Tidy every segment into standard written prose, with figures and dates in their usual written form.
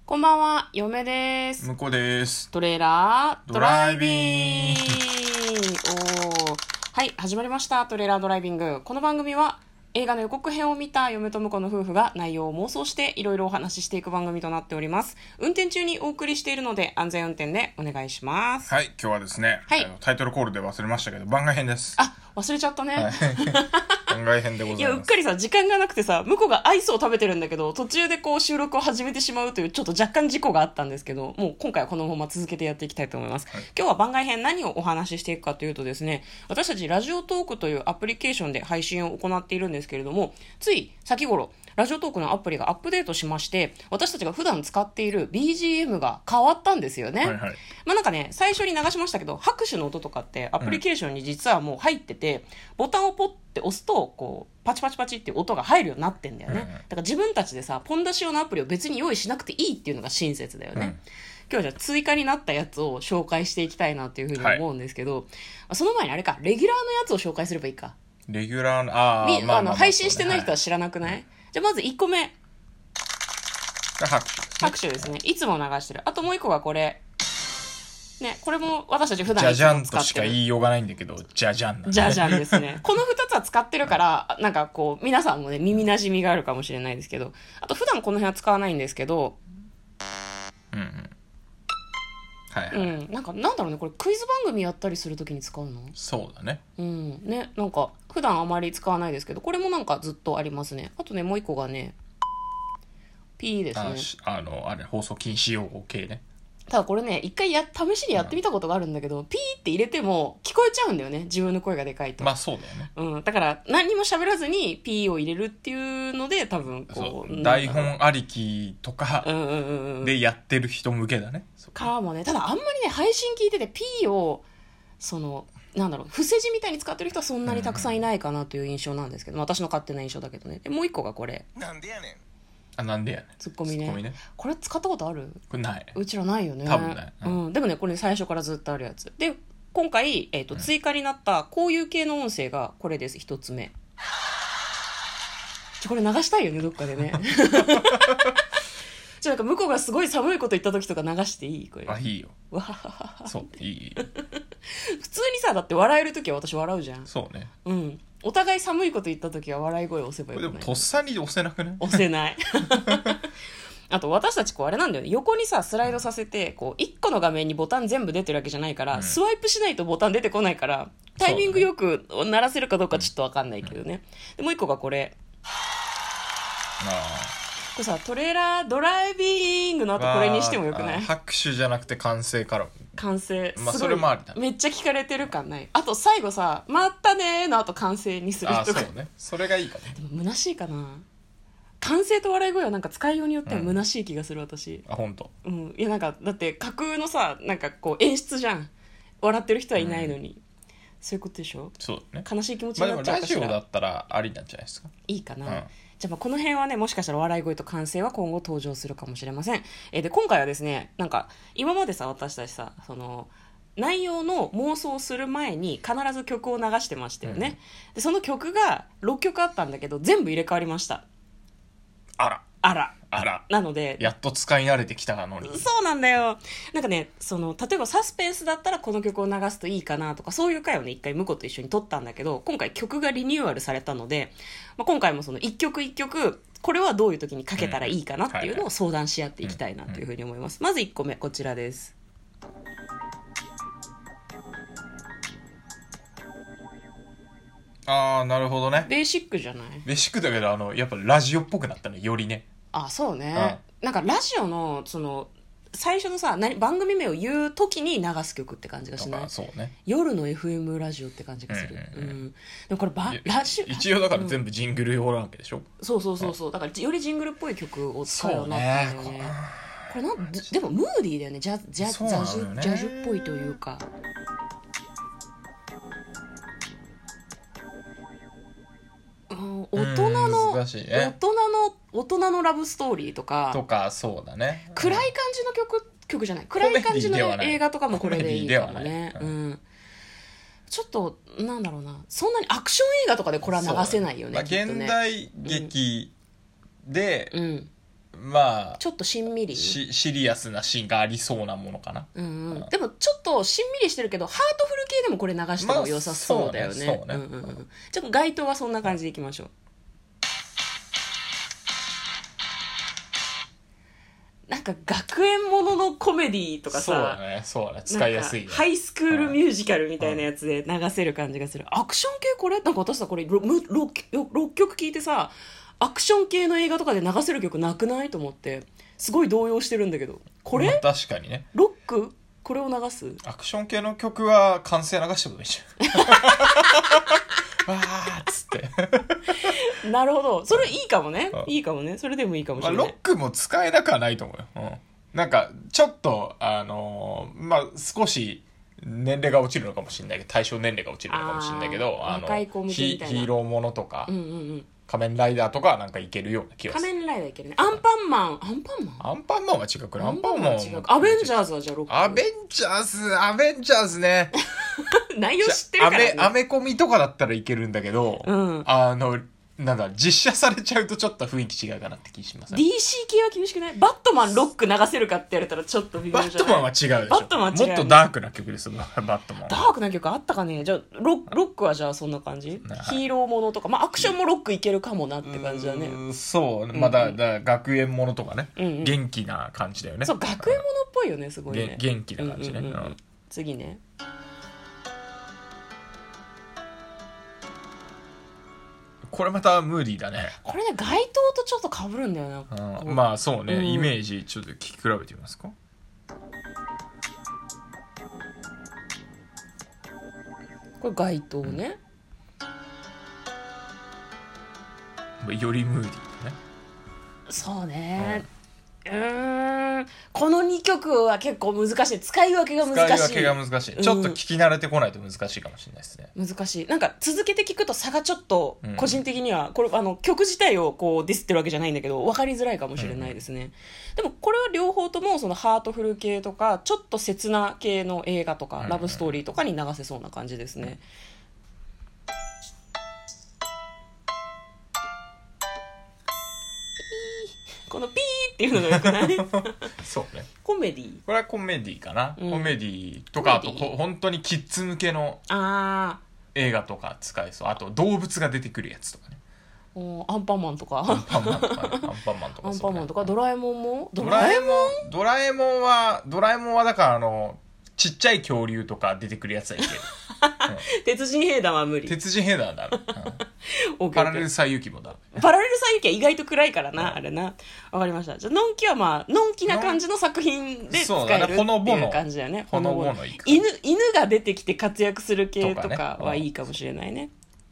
こんばんは、嫁です。 向こうです。 トレーラードライビング。 ドライビはい、始まりました。トレーラードライビング。この番組は映画の予告編を見た嫁と婿の夫婦が内容を妄想していろいろお話ししていく番組となっております。運転中にお送りしているので安全運転でお願いします。 はい、今日はですね、 はい、 タイトルコールで忘れましたけど、番外編です。 あ、忘れちゃったね。 はい、番外編でございます。 いや、うっかりさ、時間がなくてさ、向こうがアイスを食べてるんだけど、途中でこう収録を始めてしまうというちょっと若干事故があったんですけど、もう今回はこのまま続けてやっていきたいと思います。 はい、 今日は番外編何をお話ししていくかというとですね、私たちラジオトークというアプリケーションで配信を行っているんですけれども、つい先頃、ラジオトークのアプリがアップデートしまして、私たちが普段使っている BGM が変わったんですよね。 はいはい、 まあなんかね、最初に流しましたけど、拍手の音とかってアプリケーションに実はもう入ってて、ボタンをポッて押すと、こう、パチパチパチっていう音が入るようになってんだよね。だから自分たちでさ、ポン出し用のアプリを別に用意しなくていいっていうのが親切だよね。今日はじゃあ追加になったやつを紹介していきたいなっていうふうに思うんですけど、その前にあれか、レギュラーのやつを紹介すればいいか。 レギュラーの、 配信してない人は知らなくない？じゃあまず1個目。拍手ですね。いつも流してる。あともう1個がこれ。ね、これも私たち普段いつも使ってる。 じゃじゃんとしか言いようがないんだけど、じゃじゃんなんで。 じゃじゃんですね。この2つは使ってるから、なんかこう、皆さんもね、耳馴染みがあるかもしれないですけど、あと普段この辺は使わないんですけど、 はいはい。 なんだろうね、これクイズ番組やったりするときに使うの？ そうだね。 ね、なんか、普段あまり使わないですけど、これもなんかずっとありますね。あとね、もう一個がね、P ですね。 あれ、放送禁止用語系ね。 ただこれね、一回試しにやってみたことがあるんだけど、ピーって入れても聞こえちゃうんだよね。自分の声がでかいと。 まあそうだよね。 だから何にも喋らずにピーを入れるっていうので、多分こう。 台本ありきとかでやってる人向けだね。 かもね。ただあんまりね、配信聞いててピーを、伏せ字みたいに使ってる人はそんなにたくさんいないかなという印象なんですけど、私の勝手な印象だけどね。でもう一個がこれ。 なんでやねん。なんでやねん。 ツッコミね。これ使ったことある？ これない。 うちらないよね。 多分ない。 でもね、これ最初からずっとあるやつ。で、今回、追加になったこういう系の音声がこれです、一つ目。これ流したいよね、どっかでね。なんか向こうがすごい寒いこと言った時とか流していい？これ。 あ、いいよ。 わははは。 そう、いい。 普通にさ、だって笑える時は私笑うじゃん。 そうね。 お互い寒いこと言った時は笑い声を押せばよくない？ でもとっさに押せなくない？ 押せないあと私たちこうあれなんだよね、横にさスライドさせてこう1個の画面にボタン全部出てるわけじゃないから、スワイプしないとボタン出てこないからタイミングよく鳴らせるかどうかちょっと分かんないけどね。でもう1個がこれ。これさ、トレーラードライビングの後これにしてもよくない？ 拍手じゃなくて歓声から。 歓声。 まあそれもありだね。 めっちゃ聞かれてる感ない？あと最後さ、まったねーの後歓声にするとか。 そうね。それがいいかね。 でも虚しいかな。歓声と笑い声はなんか使いようによっては虚しい気がする、私。 本当。 いやなんかだって架空のさ、なんかこう演出じゃん。笑ってる人はいないのに。そういうことでしょ？ そうだね。 悲しい気持ちになっちゃうかしら。 でもラジオだったらありなんじゃないですか。 いいかな。じゃあまあこの辺はね、もしかしたら笑い声と歓声は今後登場するかもしれません。で今回はですね、なんか今までさ、私たちさ、内容の妄想をする前に必ず曲を流してましたよね。でその曲が6曲あったんだけど全部入れ替わりました。あらなのでやっと使い慣れてきたのに。 そうなんだよ。なんかね、例えばサスペンスだったらこの曲を流すといいかなとか、そういう回をね一回婿と一緒に撮ったんだけど、今回曲がリニューアルされたので、今回もその一曲一曲これはどういう時にかけたらいいかなっていうのを相談し合っていきたいなというふうに思います。まず1個目こちらです。 なるほどね。 ベーシックじゃない？ ベーシックだけどやっぱラジオっぽくなったね、よりね。 そうね。なんかラジオの最初のさ、番組名を言う時に流す曲って感じがしない？ そうね。 夜の FM ラジオって感じがする。でもこれラジオ一応だから全部ジングル用なわけでしょ？ そうだからよりジングルっぽい曲を使うようになったんだよね。これでもムーディーだよね。ジャズっぽいというか。大人のラブストーリーとかそうだね。 暗い感じの曲じゃない、暗い感じの映画とかもこれでいいかもね。ちょっとなんだろうな、そんなにアクション映画とかでこれは流せないよね。 現代劇でまあちょっとしんみりシリアスなシーンがありそうなものかな。 うんうん、でもちょっとしんみりしてるけどハートフル系でもこれ流しても良さそうだよね。 そうね、 うんうんうん、ちょっと該当はそんな感じでいきましょう。なんか学園もののコメディとかさ、 そうだね使いやすい、ね、 ハイスクールミュージカルみたいなやつで流せる感じがする。アクション系これなんか私さこれ 6曲聴いてさアクション系の映画とかで流せる曲なくないと思ってすごい動揺してるんだけど、これ、 まあ、確かにねロックこれを流すアクション系の曲は歓声流してもいいじゃんわーっつってなるほど、それいいかもね、いいかもね、それでもいいかもしれない、 まあ、ロックも使えなくはないと思うよ、なんかちょっとまあ少し年齢が落ちるのかもしれないけど対象年齢が落ちるのかもしれないけど若い子向けみたいなヒーローものとか、 うんうんうん、 仮面ライダーとかはなんかいけるような気がする。 仮面ライダーいけるね。アンパンマンは違くない。アンパンマンは違う。 アベンジャーズはじゃあロック。 アベンジャーズね内容知ってるからね。 アメコミとかだったらいけるんだけど、 うん、 なんだ実写されちゃうとちょっと雰囲気違うかなって気しますね。 DC 系は厳しくない？バットマンロック流せるかって言われたらちょっと微妙じゃない？ バットマンは違うでしょ。 バットマンは違う、ね、 もっとダークな曲ですバットマンは。 ダークな曲あったかね。じゃあロックはじゃあそんな感じ、はい、ヒーローものとか、まあアクションもロックいけるかもなって感じだね。 そうまあだ学園ものとかね、 うんうん、 元気な感じだよね。 そう学園ものっぽいよね、すごいね。 元気な感じね、 次ね。 これまたムーディーだね。 これね街灯とちょっと被るんだよな、 まあそうね、イメージちょっと聞き比べてみますか。 これ街灯ね、 よりムーディーだね。 そうね、この2曲は結構難しい。使い分けが難しい。 使い分けが難しい、ちょっと聞き慣れてこないと難しいかもしれないですね。 難しい。なんか続けて聞くと差がちょっと個人的には、これ曲自体をこうディスってるわけじゃないんだけど分かりづらいかもしれないですね、でもこれは両方ともそのハートフル系とかちょっと切な系の映画とか、ラブストーリーとかに流せそうな感じですね、このピーっていうのがよくないそうね。 コメディ、 これはコメディかな、コメディとか、あと本当にキッズ向けの映画とか使えそう。あと動物が出てくるやつとかね。 アンパンマンとかアンパンマンとかドラえもんもドラえもんはだからちっちゃい恐竜とか出てくるやつはいける、 鉄人兵団は無理。 鉄人兵団はダメ、パラレル最遊記もダメ。 パラレル最遊記は意外と暗いからな、あれな。わかりました。じゃあのんきはまあのんきな感じの作品で使えるっていう感じだよね。 ほのぼの犬が出てきて活躍する系とかはいいかもしれないね。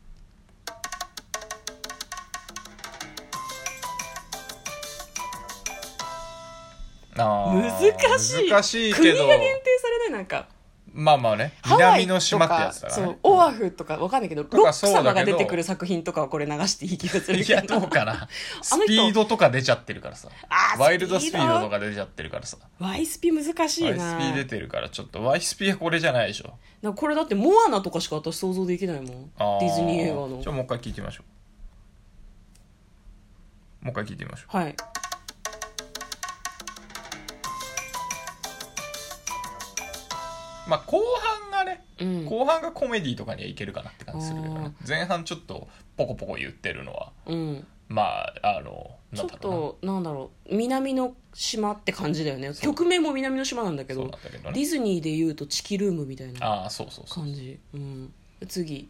難しいけど国が限定されない。なんかまあね、南の島ってやつだから、ね、 そうオアフとかわかんないけど、ロック様が出てくる作品とかはこれ流していい気がするけど。 いやどうかなスピードとか出ちゃってるからさ、ワイルドスピードとか出ちゃってるからさ、 ワイスピ難しいな。 ワイスピ出てるからちょっとワイスピはこれじゃないでしょ。 なんかこれだってモアナとかしか私想像できないもん、ディズニー映画の。 じゃあもう一回聞いてみましょう。 はい。 まあ後半がね、後半がコメディとかにはいけるかなって感じするけどね。前半ちょっとポコポコ言ってるのは、まあちょっとなんだろう、南の島って感じだよね。曲名も南の島なんだけど、ディズニーでいうとチキルームみたいな感じ。次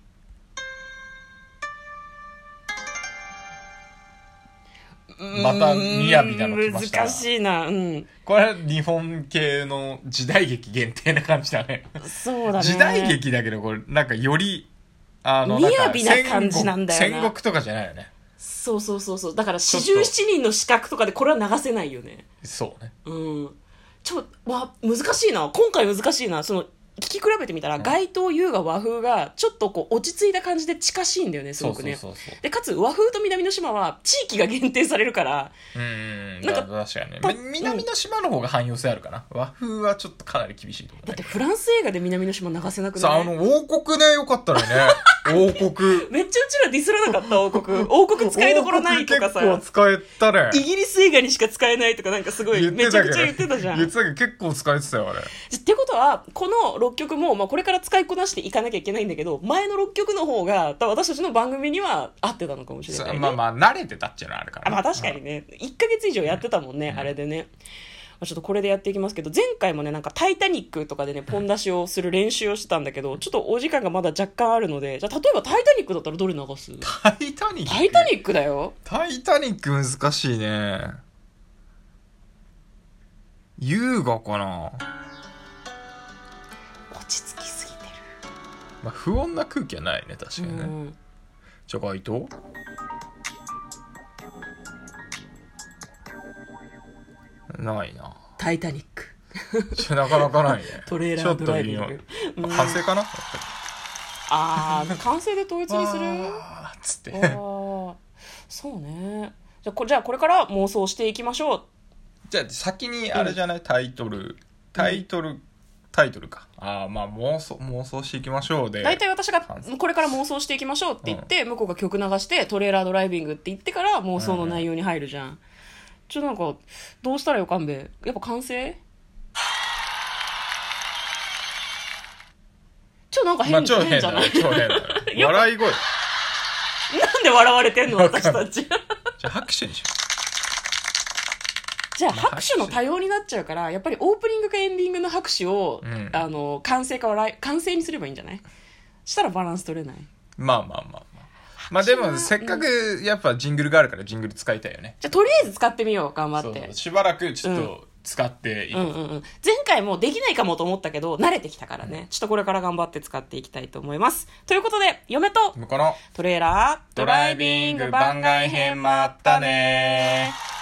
また雅なの来ました。 難しいな。 これは日本系の時代劇限定な感じだね。 そうだね。 時代劇だけどこれなんかより雅な感じなんだよな。 戦国とかじゃないよね。 そうだから四十七人の資格とかでこれは流せないよね。 そうね。 難しいな。今回難しいな。その聞き比べてみたら、街頭優雅和風がちょっとこう落ち着いた感じで近しいんだよね、すごくね。でかつ和風と南の島は地域が限定されるから、 なんか確かにね、南の島の方が汎用性あるかな。和風はちょっとかなり厳しいと思う、ね。 だってフランス映画で南の島流せなくない？ さあ王国でよかったらね王国。 めっちゃうちらディスらなかった王国。王国使いどころないとかさ。 結構使えたね。 イギリス映画にしか使えないとかなんかすごいめちゃくちゃ言ってたじゃん。 言ってたけど結構使えてたよ、あれ。 ってことは、この6曲も、まあこれから使いこなしていかなきゃいけないんだけど、前の6曲の方が、私たちの番組には合ってたのかもしれない、ね。 まあまあ、慣れてたっていうのはあるから、 まあ確かにね。1ヶ月以上やってたもんね、あれでね。ちょっとこれでやっていきますけど、前回もね、なんかタイタニックとかでね、ポン出しをする練習をしてたんだけど、ちょっとお時間がまだ若干あるので、じゃあ例えばタイタニックだったらどれ流す？ タイタニック？ タイタニックだよ。 タイタニック難しいね。優雅かな。 落ち着きすぎてる。 まあ不穏な空気はないね、確かにね。じゃあ回答？ないな。 タイタニック。 なかなかないね。 トレーラードライビング。 完成かな？ 完成で統一にする？ つって。 そうね。じゃあこれから妄想していきましょう。 じゃあ先にあれじゃない、タイトルか。まあ妄想していきましょうで。 大体私がこれから妄想していきましょうって言って、向こうが曲流してトレーラードライビングって言ってから妄想の内容に入るじゃん。なんかどうしたらよかんべ。やっぱ完成？なんか変じゃない？ 超変だ。笑い声。 なんで笑われてんの私たち。 じゃあ拍手にしよう。 じゃあ拍手の多様になっちゃうから、やっぱりオープニングかエンディングの拍手を、完成にすればいいんじゃない？したらバランス取れない？ まあでもせっかくやっぱジングルがあるからジングル使いたいよね。 じゃあとりあえず使ってみよう、頑張って。 そうしばらくちょっと使っていこう。 前回もできないかもと思ったけど慣れてきたからね、ちょっとこれから頑張って使っていきたいと思います。ということで、嫁と向こうのトレーラードライビング番外編、まったねー。